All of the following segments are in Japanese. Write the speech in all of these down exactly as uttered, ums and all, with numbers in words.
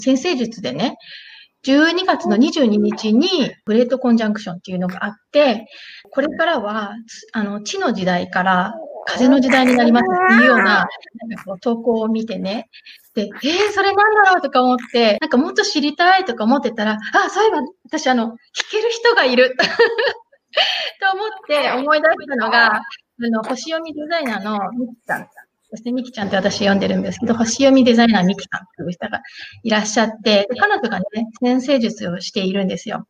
先生術でね、じゅうにがつのにじゅうににちにグレートコンジャンクションっていうのがあって、これからは、あの、地の時代から風の時代になりますっていうような、なんかこう投稿を見てね。で、えー、それなんだろうとか思って、なんかもっと知りたいとか思ってたら、あ、そういえば私あの、弾ける人がいると思って思い出したのが、あの、星読みデザイナーのミキさん。そしてミキちゃんって私呼んでるんですけど、星読みデザイナーミキさんという人がいらっしゃって、で彼女がね、先生術をしているんですよ。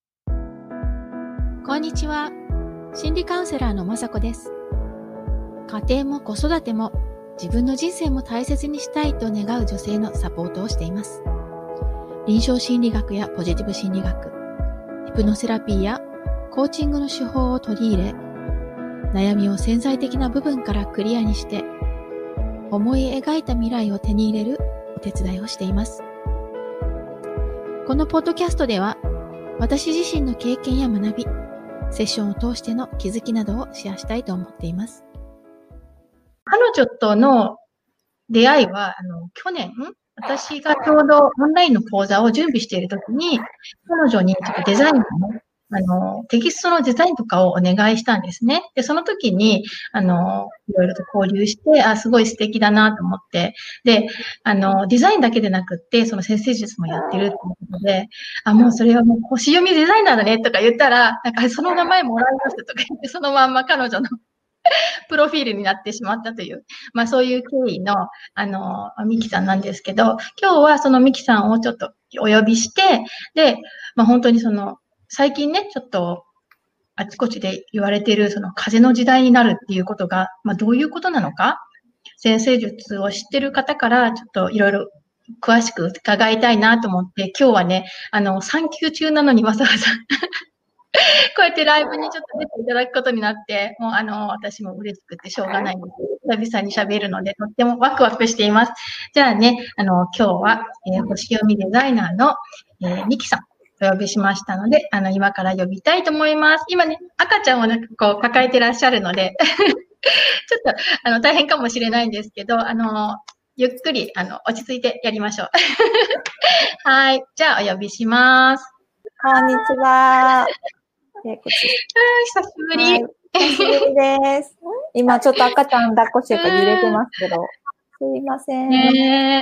こんにちは。心理カウンセラーのまさこです。家庭も子育ても自分の人生も大切にしたいと願う女性のサポートをしています。臨床心理学やポジティブ心理学、ヒプノセラピーやコーチングの手法を取り入れ、悩みを潜在的な部分からクリアにして、思い描いた未来を手に入れるお手伝いをしています。このポッドキャストでは、私自身の経験や学び、セッションを通しての気づきなどをシェアしたいと思っています。 彼女との出会いは、あの、去年、私がちょうどオンラインの講座を準備しているときに、彼女にちょっとデザインの、あの、テキストのデザインとかをお願いしたんですね。で、その時に、あの、いろいろと交流して、あ、すごい素敵だなと思って、で、あの、デザインだけでなくって、その先生術もやってるっていうことで、あ、もうそれはもう星読みデザイナーだねとか言ったら、なんかその名前もらいますとか言って、そのまんま彼女のプロフィールになってしまったという、まあそういう経緯の、あの、ミキさんなんですけど、今日はそのミキさんをちょっとお呼びして、で、まあ本当にその、最近ね、ちょっと、あちこちで言われている、その風の時代になるっていうことが、まあどういうことなのか、先生術を知ってる方から、ちょっといろいろ詳しく伺いたいなと思って、今日はね、あの、産休中なのにわざわざこうやってライブにちょっと出ていただくことになって、もうあの、私も嬉しくてしょうがないんですけど、久々に喋るので、とってもワクワクしています。じゃあね、あの、今日は、えー、星読みデザイナーの、えー、ミキさん、お呼びしましたので、あの、今から呼びたいと思います。今ね、赤ちゃんをなんかこう、抱えてらっしゃるので、ちょっと、あの、大変かもしれないんですけど、あの、ゆっくり、あの、落ち着いてやりましょう。はい。じゃあ、お呼びします。 こんにちは。 えー、久しぶり。 久しぶりです。今ちょっと赤ちゃん抱っこしてるから揺れてますけど。すいません。 ね、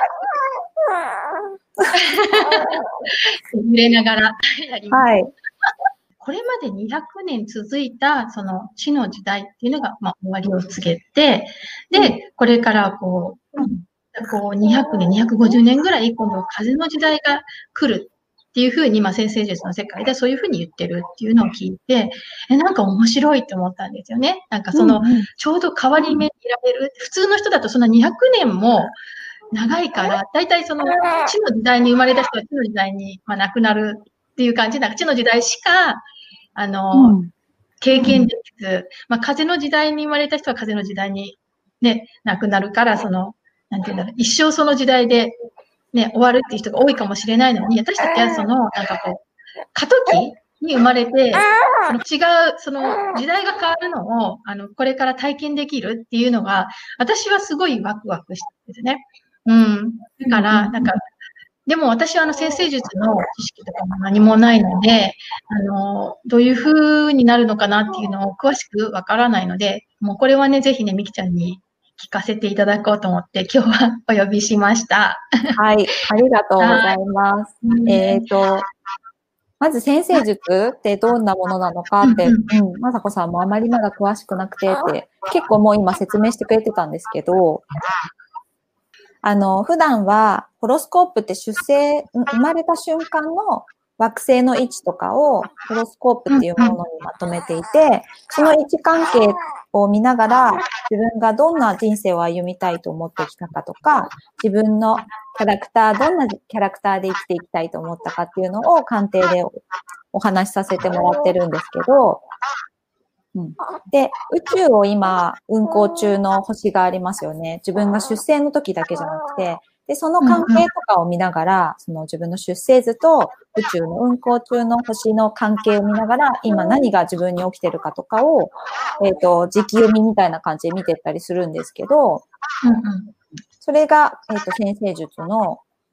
揺れながらやります。はい。これまでにひゃくねん続いた、その地の時代っていうのが、まあ、終わりを告げて、で、これからこう、こうにひゃくねん、にひゃくごじゅうねんぐらい、今度風の時代が来る。っていうふうに、まあ、先生術の世界でそういうふうに言ってるっていうのを聞いて、え、なんか面白いって思ったんですよね。なんかその、うんうん、ちょうど変わり目に選べる。普通の人だとそんなにひゃくねんも長いから、だいたいその、地の時代に生まれた人は地の時代に、まあ、亡くなるっていう感じ。なんか地の時代しか、あの、うん、経験できず、まあ、風の時代に生まれた人は風の時代にね、亡くなるから、その、なんていうんだろう、一生その時代で、ね、終わるっていう人が多いかもしれないのに、私たちはその、なんかこう、過渡期に生まれて、その違う、その時代が変わるのを、あの、これから体験できるっていうのが、私はすごいワクワクしたんですね。うん。だから、なんか、でも私はあの先生術の知識とかも何もないので、あの、どういう風になるのかなっていうのを詳しくわからないので、もうこれはね、ぜひね、みきちゃんに聞かせていただこうと思って、今日はお呼びしました。 はい、ありがとうございます。えっと、まず先生術ってどんなものなのかって、うん、まさこさんもあまりまだ詳しくなくてって、結構もう今説明してくれてたんですけど、あの、普段はホロスコープって出生、生まれた瞬間の惑星の位置とかをホロスコープっていうものにまとめていて、その位置関係を見ながら自分がどんな人生を歩みたいと思ってきたかとか、自分のキャラクター、どんなキャラクターで生きていきたいと思ったかっていうのを鑑定でお話しさせてもらってるんですけど、うん、で、宇宙を今運行中の星がありますよね。自分が出生の時だけじゃなくて、で、その関係とかを見ながら、その自分の出生図と宇宙の運行中の星の関係を見ながら、今何が自分に起きてるかとかを、えっと、時期読みみたいな感じで見てったりするんですけど、それが、えっと、先生術の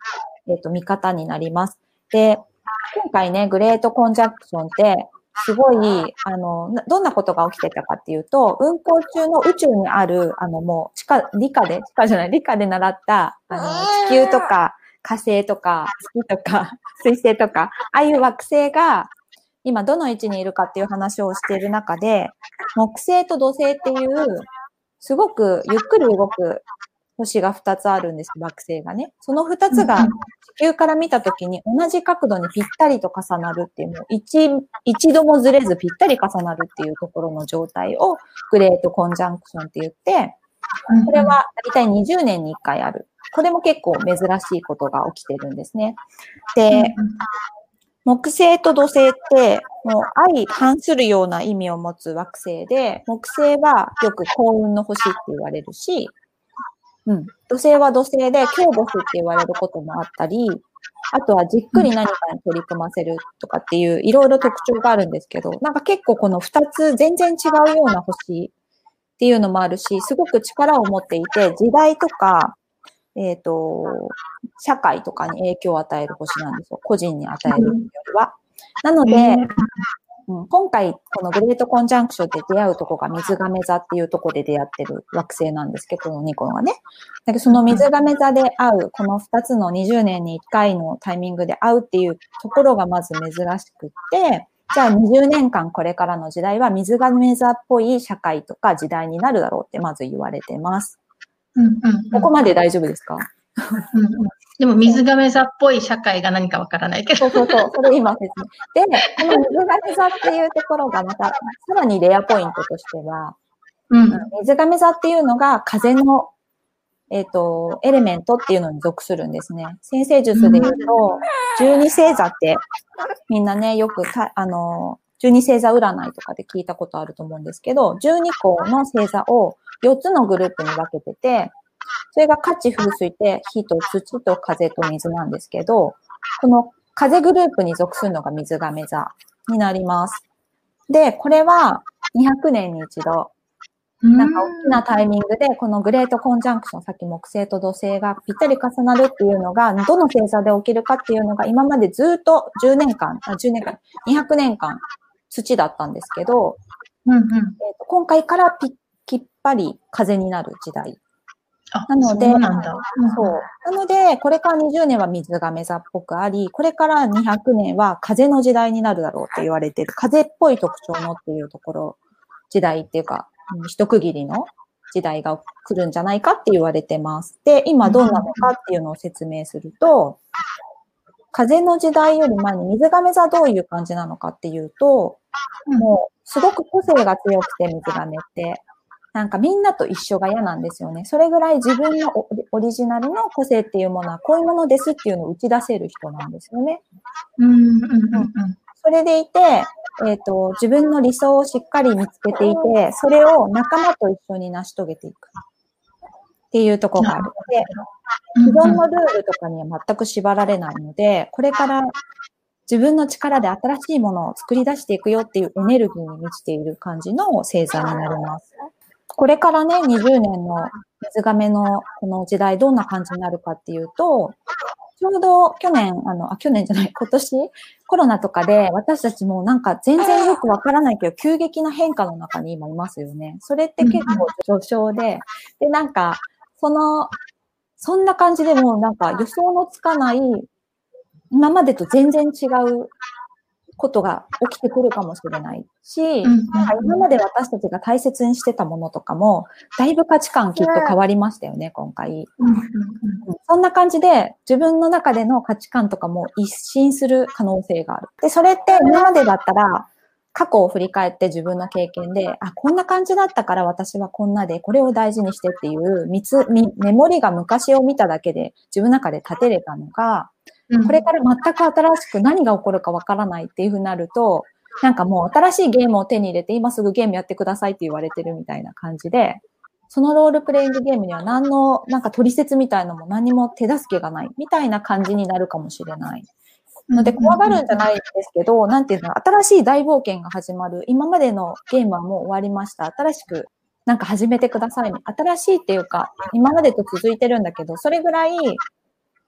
えっと、見方になります。で、今回ね、グレートコンジャンクションって、すごい、あの、どんなことが起きてたかっていうと、運行中の宇宙にある、あの、もう、地下、理科で、地下じゃない、理科で習った、あの、地球とか、火星とか、月とか、水星とか、ああいう惑星が、今どの位置にいるかっていう話をしている中で、木星と土星っていう、すごくゆっくり動く星がふたつあるんです、惑星がね。そのふたつが地球から見たときに同じ角度にぴったりと重なるっていう、もう一、一度もずれずぴったり重なるっていうところの状態をグレートコンジャンクションって言って、これはだいたいにじゅうねんにいっかいある。これも結構珍しいことが起きてるんですね。で、木星と土星って、もう相反するような意味を持つ惑星で、木星はよく幸運の星って言われるし、うん。土星は土星で強ボスって言われることもあったり、あとはじっくり何かに取り組ませるとかっていういろいろ特徴があるんですけど、なんか結構このふたつ全然違うような星っていうのもあるし、すごく力を持っていて、時代とか、えっと、社会とかに影響を与える星なんですよ。個人に与えるよりは。なので、うん、今回、このグレートコンジャンクションで出会うとこが水亀座っていうとこで出会ってる惑星なんですけど、このにこがね。だけどその水亀座で会う、このふたつのにじゅうねんにいっかいのタイミングで会うっていうところがまず珍しくって、じゃあにじゅうねんかんこれからの時代は水亀座っぽい社会とか時代になるだろうってまず言われてます。 うんうんうん、 ここまで大丈夫ですか？ うんうん、でも水亀座っぽい社会が何かわからないけど。 そうそうそう。それ今説明。で、この水亀座っていうところがまた、さらにレアポイントとしては、うん、水亀座っていうのが風の、えっと、エレメントっていうのに属するんですね。占星術で言うと、十二星座ってみんなね、よくた、あの、十二星座占いとかで聞いたことあると思うんですけど、じゅうにこの星座をよっつのグループに分けてて、それが火地風水って火と土と風と水なんですけど、この風グループに属するのが水亀座になります。で、これはにひゃくねんに一度、なんか大きなタイミングでこのグレートコンジャンクション、さっき木星と土星がぴったり重なるっていうのが、どの星座で起きるかっていうのが今までずっとじゅうねんかん、あじゅうねんかん、にひゃくねんかん土だったんですけど、うんうん、えーと、今回からぴきっぱり風になる時代。なので、そうなんだ。うん、そう。なので、これからにじゅうねんは水亀座っぽくあり、これからにひゃくねんは風の時代になるだろうって言われている。風っぽい特徴のっていうところ、時代っていうか、一区切りの時代が来るんじゃないかって言われてます。で、今どうなのかっていうのを説明すると、風の時代より前に水亀座はどういう感じなのかっていうと、もうすごく個性が強くて水亀って、なんかみんなと一緒が嫌なんですよね。それぐらい自分のオリジナルの個性っていうものはこういうものですっていうのを打ち出せる人なんですよね。うんうんうんうん、それでいて、えっと、自分の理想をしっかり見つけていて、それを仲間と一緒に成し遂げていくっていうところがあるので、既存のルールとかには全く縛られないので、これから自分の力で新しいものを作り出していくよっていうエネルギーに満ちている感じの星座になります。これからね、にじゅうねんの水亀のこの時代どんな感じになるかっていうと、ちょうど去年、あの、あ、去年じゃない、今年、コロナとかで私たちもなんか全然よくわからないけど、急激な変化の中に今いますよね。それって結構序章で、で、なんか、その、そんな感じでもなんか予想のつかない、今までと全然違うことが起きてくるかもしれないし、なんか今まで私たちが大切にしてたものとかも、だいぶ価値観きっと変わりましたよね、今回。そんな感じで、自分の中での価値観とかも一新する可能性がある。で、それって今までだったら、過去を振り返って自分の経験で、あ、こんな感じだったから私はこんなで、これを大事にしてっていう、みつ、み、メモリが昔を見ただけで自分の中で立てれたのが、これから全く新しく何が起こるかわからないっていう風になると、なんかもう新しいゲームを手に入れて今すぐゲームやってくださいって言われてるみたいな感じで、そのロールプレイングゲームには何の、なんか取説みたいなのも何も手助けがないみたいな感じになるかもしれない。ので怖がるんじゃないんですけど、なんていうの、新しい大冒険が始まる。今までのゲームはもう終わりました。新しくなんか始めてください。新しいっていうか、今までと続いてるんだけど、それぐらい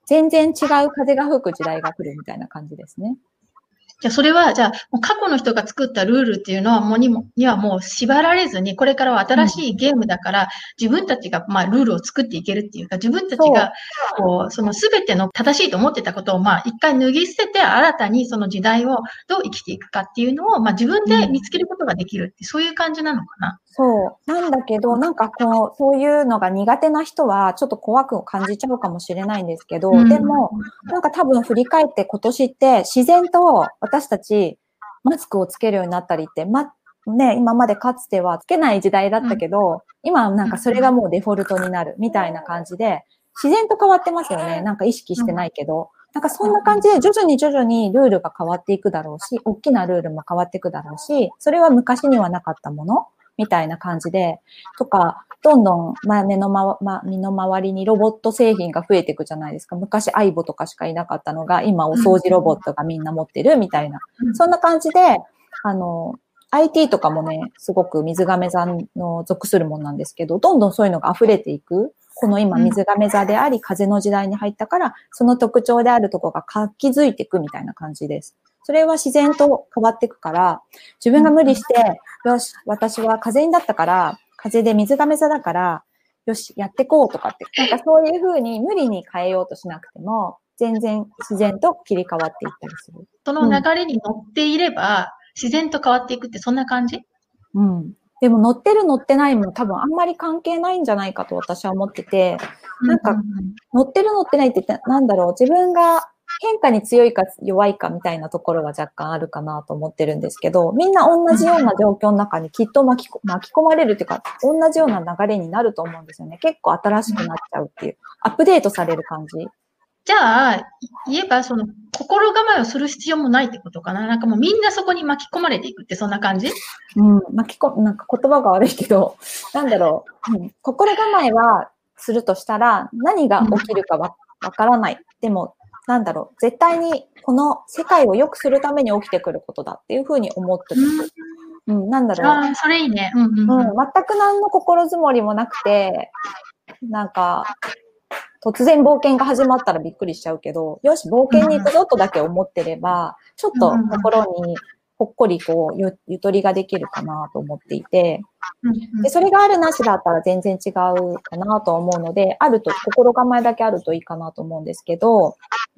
全然違う風が吹く時代が来るみたいな感じですね。 じゃあそれは、じゃあ、もう過去の人が作ったルールっていうのはもうにも、にはもう縛られずに、これからは新しいゲームだから、うん、自分たちが、まあ、ルールを作っていけるっていうか、自分たちが、こう、そのすべての正しいと思ってたことを、まあ、一回脱ぎ捨てて、新たにその時代をどう生きていくかっていうのを、まあ、自分で見つけることができるって、うん、そういう感じなのかな。 そう。なんだけど、なんかこう、そういうのが苦手な人は、ちょっと怖く感じちゃうかもしれないんですけど、うん、でも、なんか多分振り返って今年って自然と私たちマスクをつけるようになったりって、ま、ね、今までかつてはつけない時代だったけど、うん、今はなんかそれがもうデフォルトになるみたいな感じで、自然と変わってますよね。なんか意識してないけど。なんかそんな感じで徐々に徐々にルールが変わっていくだろうし、大きなルールも変わっていくだろうし、それは昔にはなかったものみたいな感じで、とか、どんどん、まあ、目のま、ま、身の回りにロボット製品が増えていくじゃないですか。昔、アイボとかしかいなかったのが、今、お掃除ロボットがみんな持ってるみたいな。そんな感じで、あの、アイティー とかもね、すごく水亀座の属するものなんですけど、どんどんそういうのが溢れていく。この今、水亀座であり、風の時代に入ったから、その特徴であるところが活気づいていくみたいな感じです。それは自然と変わっていくから、自分が無理して、よし、私は風にだったから、風で水亀座だから、よし、やってこうとかって、なんかそういうふうに無理に変えようとしなくても、全然自然と切り替わっていったりする。 その流れに乗っていれば、うん、自然と変わっていくってそんな感じ？ うん。でも乗ってる乗ってないも多分あんまり関係ないんじゃないかと私は思ってて、なんか乗ってる乗ってないって言ってなんだろう、自分が変化に強いか弱いかみたいなところは若干あるかなと思ってるんですけど、みんな同じような状況の中にきっと巻きこ、巻き込まれるっていうか、同じような流れになると思うんですよね。結構新しくなっちゃうっていう、アップデートされる感じ。 じゃあ、言えば、その、心構えをする必要もないってことかな。なんかもうみんなそこに巻き込まれていくってそんな感じ？ うん、巻き込、なんか言葉が悪いけど、なんだろう、うん、心構えはするとしたら、何が起きるかわ、わからない。でも、なんだろう、絶対にこの世界を良くするために起きてくることだっていうふうに思ってる。うん、うん、なんだろう。 ああ、それいいね。うん、うん、 うん。全く何の心づもりもなくて、なんか、突然冒険が始まったらびっくりしちゃうけど、よし、冒険に行くぞとだけ思ってれば、ちょっと心にほっこりこう、ゆ、ゆとりができるかなと思っていて、で、それがあるなしだったら全然違うかなと思うので、あると、心構えだけあるといいかなと思うんですけど、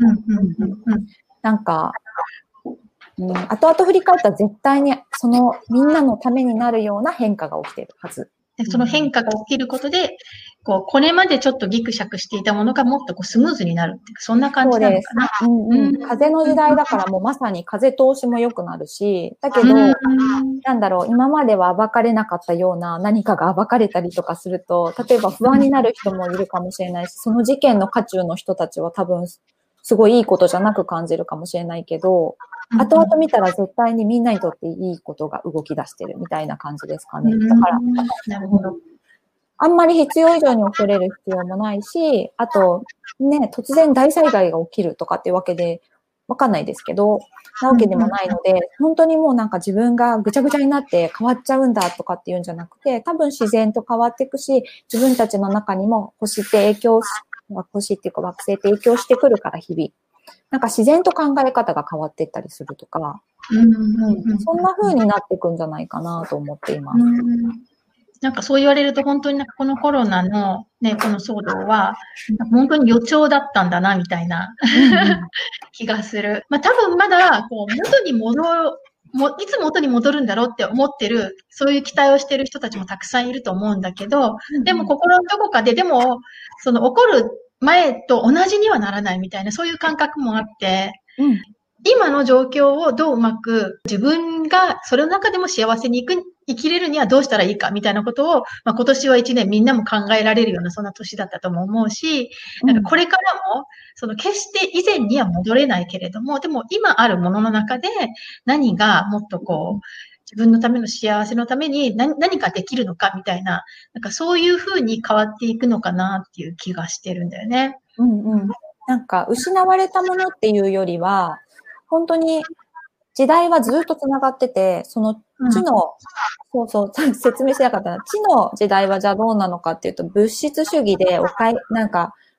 なんか、うん、後々振り返ったら絶対にそのみんなのためになるような変化が起きているはず。 でその変化が起きることで、こう、これまでちょっとギクシャクしていたものがもっとこうスムーズになるっていう、そんな感じなのかな。 そうです。うんうん。風の時代だからもうまさに風通しも良くなるし、だけど、なんだろう、今までは暴かれなかったような何かが暴かれたりとかすると、例えば不安になる人もいるかもしれないし、その事件の渦中の人たちは多分、すごいいいことじゃなく感じるかもしれないけど、後々見たら絶対にみんなにとっていいことが動き出してるみたいな感じですかね。だから、なるほど。あんまり必要以上に恐れる必要もないし、あと、ね、突然大災害が起きるとかっていうわけで、わかんないですけど、なわけでもないので、本当にもうなんか自分がぐちゃぐちゃになって変わっちゃうんだとかっていうんじゃなくて、多分自然と変わっていくし、自分たちの中にも星って影響し、星っていうか惑星って影響してくるから日々。なんか自然と考え方が変わっていったりするとか、うんうんうん、そんな風になっていくんじゃないかなと思っています。 うんなんかそう言われると本当になんかこのコロナのね、この騒動は、本当に予兆だったんだな、みたいな気がする。まあ多分まだ、こう、元に戻る、もいつ元に戻るんだろうって思ってる、そういう期待をしてる人たちもたくさんいると思うんだけど、でも心のどこかで、でも、その起こる前と同じにはならないみたいな、そういう感覚もあって、うん今の状況をどううまく自分がそれの中でも幸せに生き、生きれるにはどうしたらいいかみたいなことを、まあ、今年は一年みんなも考えられるようなそんな年だったとも思うし、なんかこれからもその決して以前には戻れないけれども、でも今あるものの中で何がもっとこう自分のための幸せのために何、何かできるのかみたいな、なんかそういうふうに変わっていくのかなっていう気がしてるんだよね。 うんうん。なんか失われたものっていうよりは、本当に時代はずっとつながってて、その地の、うん、そうそう、説明しなかったな。地の時代はじゃあどうなのかっていうと、物質主義でおかい、なんか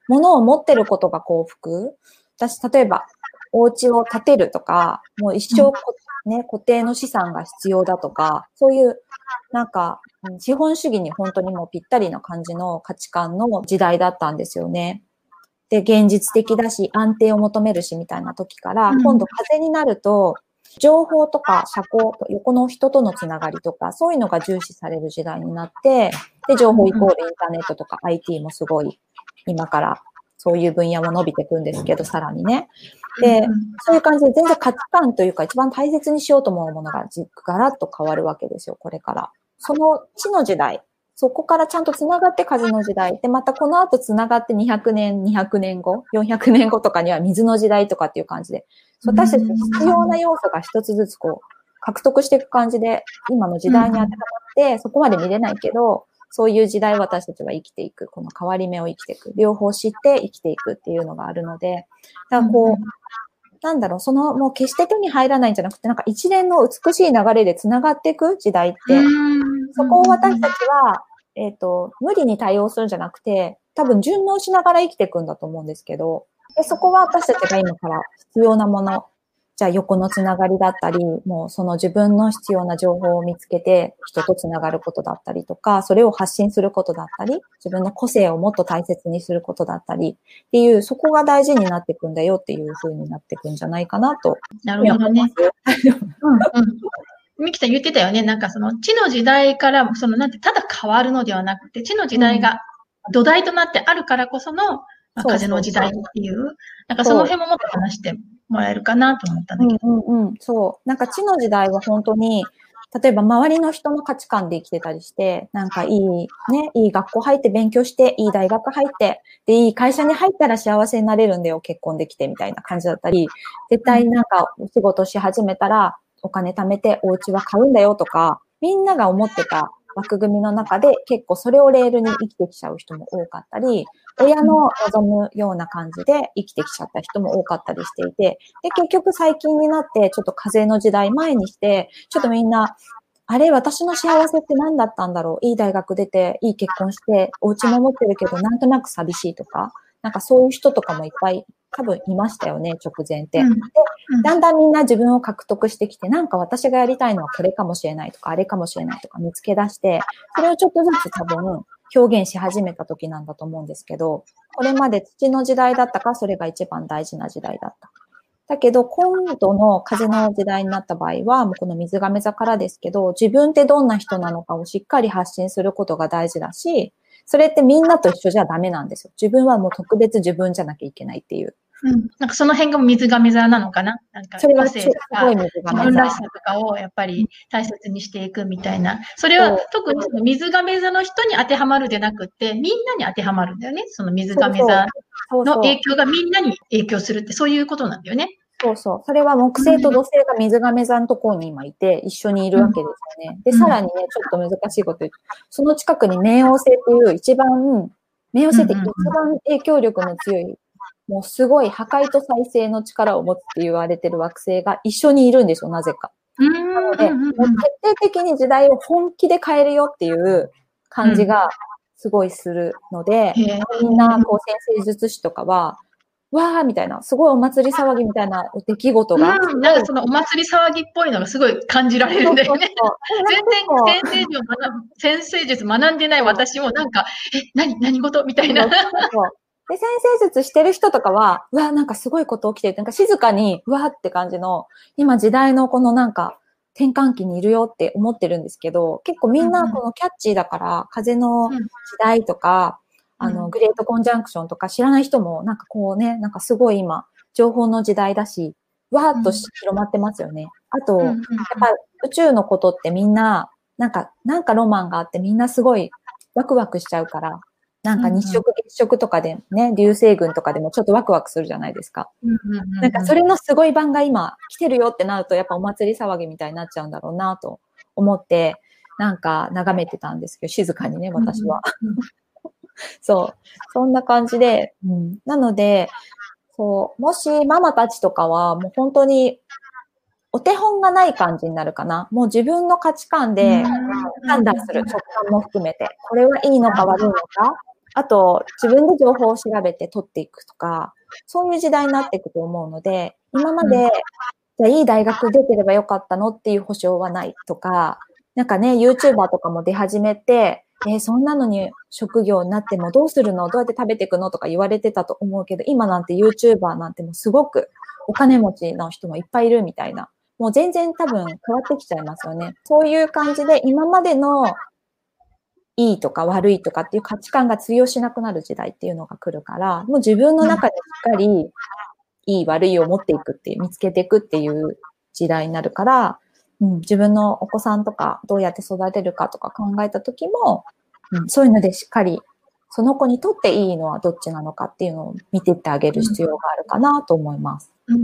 物を持ってることが幸福。私、例えば、お家を建てるとか、もう一生、ね、固定の資産が必要だとか、そういう、なんか、資本主義に本当にもうぴったりな感じの価値観の時代だったんですよね。で、現実的だし、安定を求めるしみたいな時から、今度風になると、情報とか社交、横の人とのつながりとか、そういうのが重視される時代になって、で、情報イコールインターネットとか アイティー もすごい、今からそういう分野も伸びていくんですけど、さらにね。で、そういう感じで全然価値観というか一番大切にしようと思うものがガラッと変わるわけですよ、これから。その地の時代、そこからちゃんと繋がって風の時代。で、またこの後繋がってにひゃくねん、にひゃくねんご、よんひゃくねんごとかには水の時代とかっていう感じで、私たち必要な要素が一つずつこう、獲得していく感じで、今の時代に当てはまって、そこまで見れないけど、そういう時代私たちは生きていく。この変わり目を生きていく。両方知って生きていくっていうのがあるので、だからこう、なんだろう、その、もう決して手に入らないんじゃなくて、なんか一連の美しい流れで繋がっていく時代って、そこを私たちは、えっと、無理に対応するんじゃなくて、多分順応しながら生きていくんだと思うんですけど、でそこは私たちが今から必要なもの、じゃあ横のつながりだったり、もうその自分の必要な情報を見つけて人とつながることだったりとか、それを発信することだったり、自分の個性をもっと大切にすることだったりっていう、そこが大事になっていくんだよっていう風になっていくんじゃないかなと。 なるほどね。うんうん。ミキさん言ってたよね。なんかその地の時代から、そのなんてただ変わるのではなくて、地の時代が土台となってあるからこその、まあ、風の時代っていう、そうそうそう、なんかその辺ももっと話してもらえるかなと思ったんだけど。 うんうんうん、そう。なんか地の時代は本当に、例えば周りの人の価値観で生きてたりして、なんかいいね、いい学校入って勉強して、いい大学入って、で、いい会社に入ったら幸せになれるんだよ、結婚できてみたいな感じだったり、絶対なんかお仕事し始めたらお金貯めてお家は買うんだよとか、みんなが思ってた枠組みの中で結構それをレールに生きてきちゃう人も多かったり、親の望むような感じで生きてきちゃった人も多かったりしていて、で、結局最近になってちょっと風の時代前にして、ちょっとみんな、あれ、私の幸せって何だったんだろう、いい大学出て、いい結婚して、お家も持ってるけど、なんとなく寂しいとか、なんかそういう人とかもいっぱい多分いましたよね、直前って。で、だんだんみんな自分を獲得してきて、なんか私がやりたいのはこれかもしれないとか、あれかもしれないとか見つけ出して、それをちょっとずつ多分表現し始めた時なんだと思うんですけど、これまで土の時代だったからそれが一番大事な時代だった。だけど今度の風の時代になった場合は、もうこの水亀座からですけど、自分ってどんな人なのかをしっかり発信することが大事だし、それってみんなと一緒じゃダメなんですよ。自分はもう特別自分じゃなきゃいけないっていう。 うん。なんかその辺が水亀座なのかな、なんか個性とか自分らしさとかをやっぱり大切にしていくみたいな。それは特にその水亀座の人に当てはまるでなくて、みんなに当てはまるんだよね。その水亀座の影響がみんなに影響するってそういうことなんだよね。 そうそう。それは木星と土星が水亀座のところに今いて一緒にいるわけですよね。で、さらにね、ちょっと難しいこと言うと、その近くに冥王星っていう一番、冥王星って一番影響力の強い、もうすごい破壊と再生の力を持つって言われてる惑星が一緒にいるんですよ、なぜか。なので、もう徹底的に時代を本気で変えるよっていう感じがすごいするので、みんな、こう、先生術師とかは、わーみたいな、すごいお祭り騒ぎみたいな出来事が。 うん、なんかそのお祭り騒ぎっぽいのがすごい感じられるんだよね。そうそうそう全然先生術を学ぶ、先生術学んでない私もなんか、え、何、何事みたいな。そうそうそうで、先生術してる人とかは、うわ、なんかすごいこと起きてる。なんか静かに、うわって感じの、今時代のこのなんか、転換期にいるよって思ってるんですけど、結構みんなこのキャッチーだから、風の時代とか、あの、グレートコンジャンクションとか知らない人も、なんかこうね、なんかすごい今、情報の時代だし、わーっと広まってますよね。あと、やっぱ宇宙のことってみんな、なんか、なんかロマンがあってみんなすごいワクワクしちゃうから、なんか日食月食とかでね、流星群とかでもちょっとワクワクするじゃないですか。なんかそれのすごい版が今来てるよってなると、やっぱお祭り騒ぎみたいになっちゃうんだろうなと思って、なんか眺めてたんですけど、静かにね、私は。そう。そんな感じで、うん。なので、そう、もしママたちとかはもう本当にお手本がない感じになるかな。もう自分の価値観で判断する直感も含めて、これはいいのか悪いのか、 あと、自分で情報を調べて取っていくとか、そういう時代になっていくと思うので、今まで、うん、じゃあいい大学出てればよかったのっていう保証はないとか、なんかね、YouTuber とかも出始めて、えー、そんなのに職業になってもどうするの？どうやって食べていくの？とか言われてたと思うけど、今なんて YouTuber なんてもうすごくお金持ちの人もいっぱいいるみたいな。もう全然多分変わってきちゃいますよね。そういう感じで今までのいいとか悪いとかっていう価値観が通用しなくなる時代っていうのが来るから、もう自分の中でしっかりいい悪いを持っていくっていう、見つけていくっていう時代になるから、うん、自分のお子さんとかどうやって育てるかとか考えた時も、うん、そういうのでしっかりその子にとっていいのはどっちなのかっていうのを見ていってあげる必要があるかなと思います。 うん、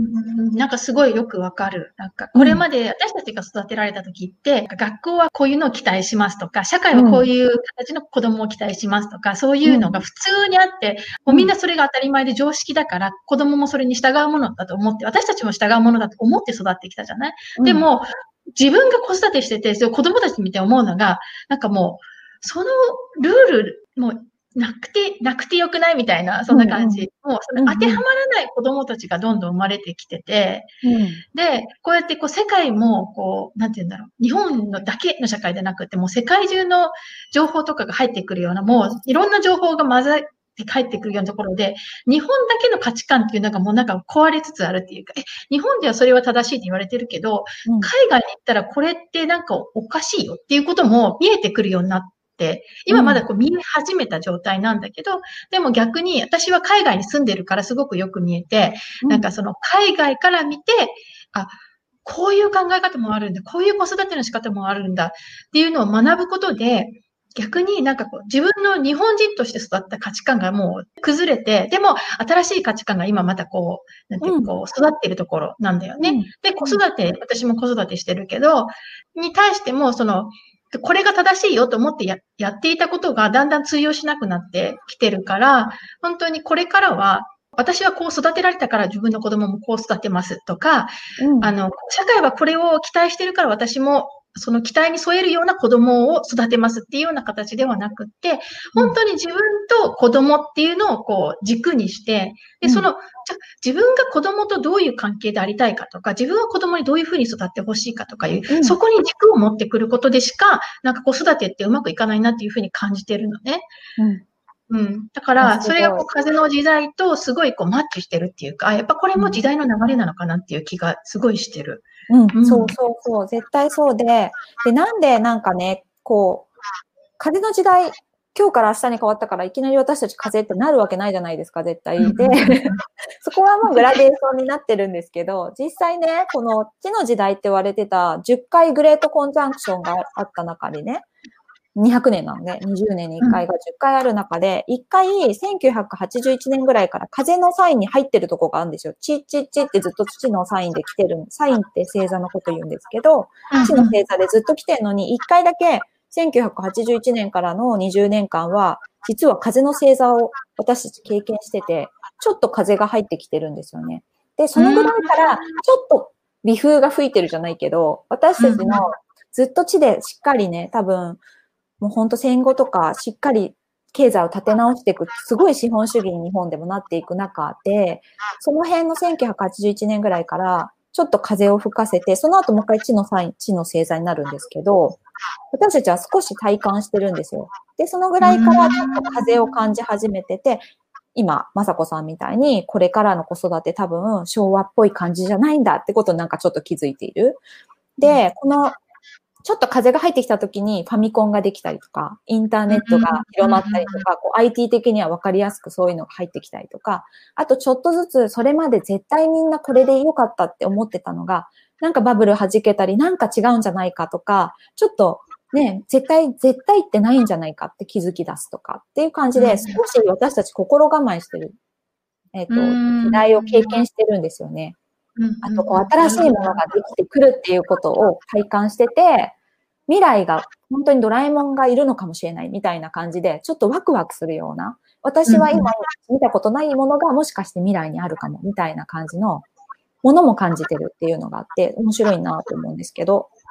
なんかすごいよくわかる。なんかこれまで私たちが育てられた時って、うん、学校はこういうのを期待しますとか、社会はこういう形の子供を期待しますとか、うん、そういうのが普通にあって、もうみんなそれが当たり前で常識だから、子供もそれに従うものだと思って、私たちも従うものだと思って育ってきたじゃない、うん、でも、自分が子育てしてて、子供たち見て思うのが、なんかもう、そのルール、もう、なくて、なくてよくないみたいな、そんな感じ。うんうん、もう、その当てはまらない子供たちがどんどん生まれてきてて、うん、で、こうやってこう世界も、こう、なんて言うんだろう、日本のだけの社会でなくて、もう世界中の情報とかが入ってくるような、もういろんな情報が混ざって帰ってくるようなところで、日本だけの価値観っていうのがもうなんか壊れつつあるっていうか、え、日本ではそれは正しいって言われてるけど、うん、海外に行ったらこれってなんかおかしいよっていうことも見えてくるようになって、今まだこう見え始めた状態なんだけど、うん、でも逆に私は海外に住んでるからすごくよく見えて、うん、なんかその海外から見て、あ、こういう考え方もあるんだ、こういう子育ての仕方もあるんだっていうのを学ぶことで、逆になんかこう自分の日本人として育った価値観がもう崩れて、でも新しい価値観が今またこう、なんていうかこう育っているところなんだよね。うん、で、子育て、私も子育てしてるけど、に対してもその、これが正しいよと思って や, やっていたことがだんだん通用しなくなってきてるから、本当にこれからは、私はこう育てられたから自分の子供もこう育てますとか、うん、あの、社会はこれを期待してるから私もその期待に添えるような子供を育てますっていうような形ではなくって、本当に自分と子供っていうのをこう軸にして、で、その、じゃ自分が子供とどういう関係でありたいかとか、自分は子供にどういうふうに育ってほしいかとかいう、うん、そこに軸を持ってくることでしか、なんか子育てってうまくいかないなっていうふうに感じてるのね。うんうん。だから、それがこう風の時代とすごいこうマッチしてるっていうか、やっぱこれも時代の流れなのかなっていう気がすごいしてる。 うん、うん、そうそうそう、絶対そうで、で、なんでなんかね、こう、風の時代、今日から明日に変わったからいきなり私たち風ってなるわけないじゃないですか、絶対。で、そこはもうグラデーションになってるんですけど、実際ね、この地の時代って言われてたじゅっかいグレートコンジャンクションがあった中でね、にひゃくねんなんで、にじゅうねんにいっかいがじゅっかいある中で、いっかいせんきゅうひゃくはちじゅういちねんぐらいから風のサインに入ってるとこがあるんですよ。チッチッチってずっと土のサインで来てる。サインって星座のこと言うんですけど、地の星座でずっと来てるのに、いっかいだけせんきゅうひゃくはちじゅういちねんからのにじゅうねんかんは、実は風の星座を私たち経験してて、ちょっと風が入ってきてるんですよね。で、そのぐらいから、ちょっと微風が吹いてるじゃないけど、私たちのずっと地でしっかりね、多分、もうほんと戦後とかしっかり経済を立て直していく、すごい資本主義に日本でもなっていく中で、その辺のせんきゅうひゃくはちじゅういちねんぐらいからちょっと風を吹かせて、その後もう一回地のサイン、地の星座になるんですけど、私たちは少し体感してるんですよ。で、そのぐらいからちょっと風を感じ始めてて、今、まさこさんみたいにこれからの子育て多分昭和っぽい感じじゃないんだってことになんかちょっと気づいている。で、このちょっと風が入ってきた時にファミコンができたりとか、インターネットが広まったりとか、こう アイティー 的には分かりやすくそういうのが入ってきたりとか、あとちょっとずつそれまで絶対みんなこれで良かったって思ってたのが、なんかバブル弾けたり、なんか違うんじゃないかとか、ちょっとね、絶対、絶対ってないんじゃないかって気づき出すとかっていう感じで、少し私たち心構えしてる、えっと、時代を経験してるんですよね。あと、こう、新しいものができてくるっていうことを体感してて、未来が本当にドラえもんがいるのかもしれないみたいな感じで、ちょっとワクワクするような、私は今見たことないものがもしかして未来にあるかもみたいな感じのものも感じてるっていうのがあって、面白いなと思うんですけど。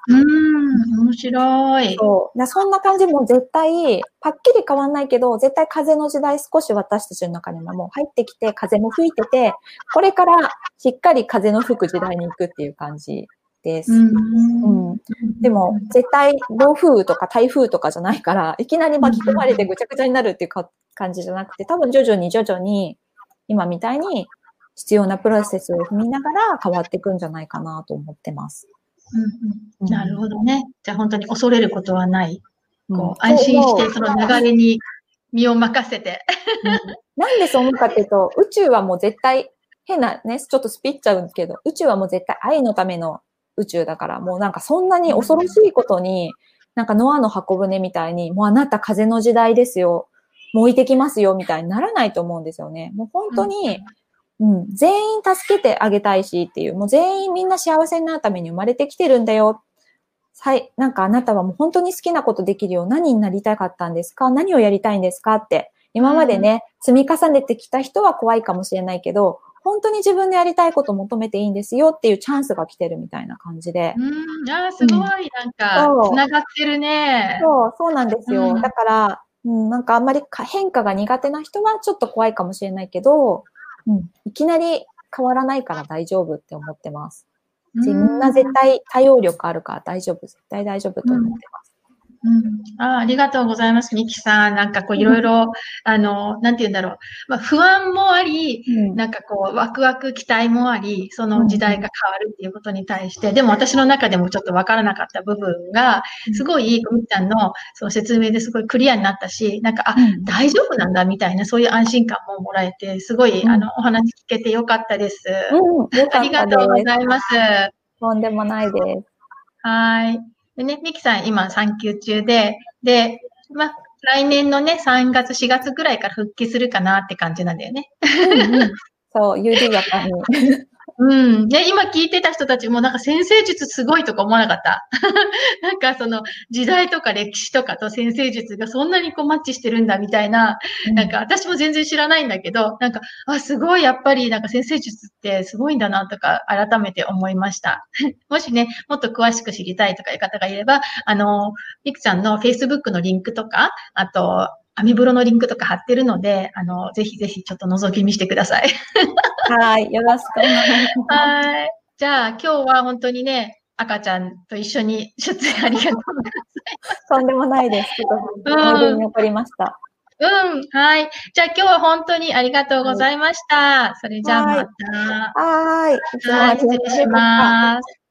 うーん、面白い。 そう。そんな感じも絶対、パッキリ変わんないけど、絶対風の時代少し私たちの中にももう入ってきて、風も吹いてて、これからしっかり風の吹く時代に行くっていう感じです。 うんうん、でも、絶対、暴風雨とか台風とかじゃないから、いきなり巻き込まれてぐちゃぐちゃになるっていうか感じじゃなくて、多分徐々に徐々に、今みたいに必要なプロセスを踏みながら変わっていくんじゃないかなと思ってます。 うんうん、なるほどね。じゃあ本当に恐れることはない。 うん、 こう安心してその流れに身を任せて。 うん、なんでそう思うかっていうと、宇宙はもう絶対、変なね、ちょっとスピっちゃうんですけど、宇宙はもう絶対愛のための宇宙だから、もうなんかそんなに恐ろしいことに、なんかノアの箱舟みたいに、もうあなた風の時代ですよ、もう置いてきますよ、みたいにならないと思うんですよね。もう本当に、うん、全員助けてあげたいしっていう、もう全員みんな幸せになるために生まれてきてるんだよ。はい、なんかあなたはもう本当に好きなことできるよ。何になりたかったんですか？何をやりたいんですかって。今までね、積み重ねてきた人は怖いかもしれないけど、本当に自分でやりたいことを求めていいんですよっていうチャンスが来てるみたいな感じで。 うん、あーすごい、なんか、つながってるね。 そう、そうなんですよ。うん、だから、うん、なんかあんまり変化が苦手な人はちょっと怖いかもしれないけど、うん、いきなり変わらないから大丈夫って思ってます。みんな絶対対応力あるから大丈夫。絶対大丈夫と思ってます。 うん、あ, ありがとうございます。ミキさん。なんかこういろいろ、あの、なんて言うんだろう。まあ不安もあり、うん、なんかこうワクワク期待もあり、その時代が変わるっていうことに対して、でも私の中でもちょっとわからなかった部分が、すごい、ミキさんのその説明ですごいクリアになったし、なんか、あ、うん、大丈夫なんだみたいな、そういう安心感ももらえて、すごい、うん、あの、お話聞けてよかったです。 うん、よかったです。 ありがとうございます。 とんでもないです。 はい。でね、ミキさん今産休中で、で、ま、来年のね、さんがつ、しがつぐらいから復帰するかなって感じなんだよね。 うんうん、そう、緩やかに。 うん。で、今聞いてた人たちもなんか先生術すごいとか思わなかった。なんかその時代とか歴史とかと先生術がそんなにこうマッチしてるんだみたいな、うん、なんか私も全然知らないんだけど、なんか、あ、すごいやっぱりなんか先生術ってすごいんだなとか改めて思いました。もしね、もっと詳しく知りたいとかいう方がいれば、あの、ミクちゃんの Facebook のリンクとか、あと、アメブロのリンクとか貼ってるので、あの、ぜひぜひちょっと覗き見してください。 はい。よろしくお願いします。 はい。じゃあ、今日は本当にね、赤ちゃんと一緒に出演ありがとうございます。 とんでもないです。思い出に残りました。 うん。はい。じゃあ、今日は本当にありがとうございました。はい、それじゃあまた。 はい。 はい。失礼します。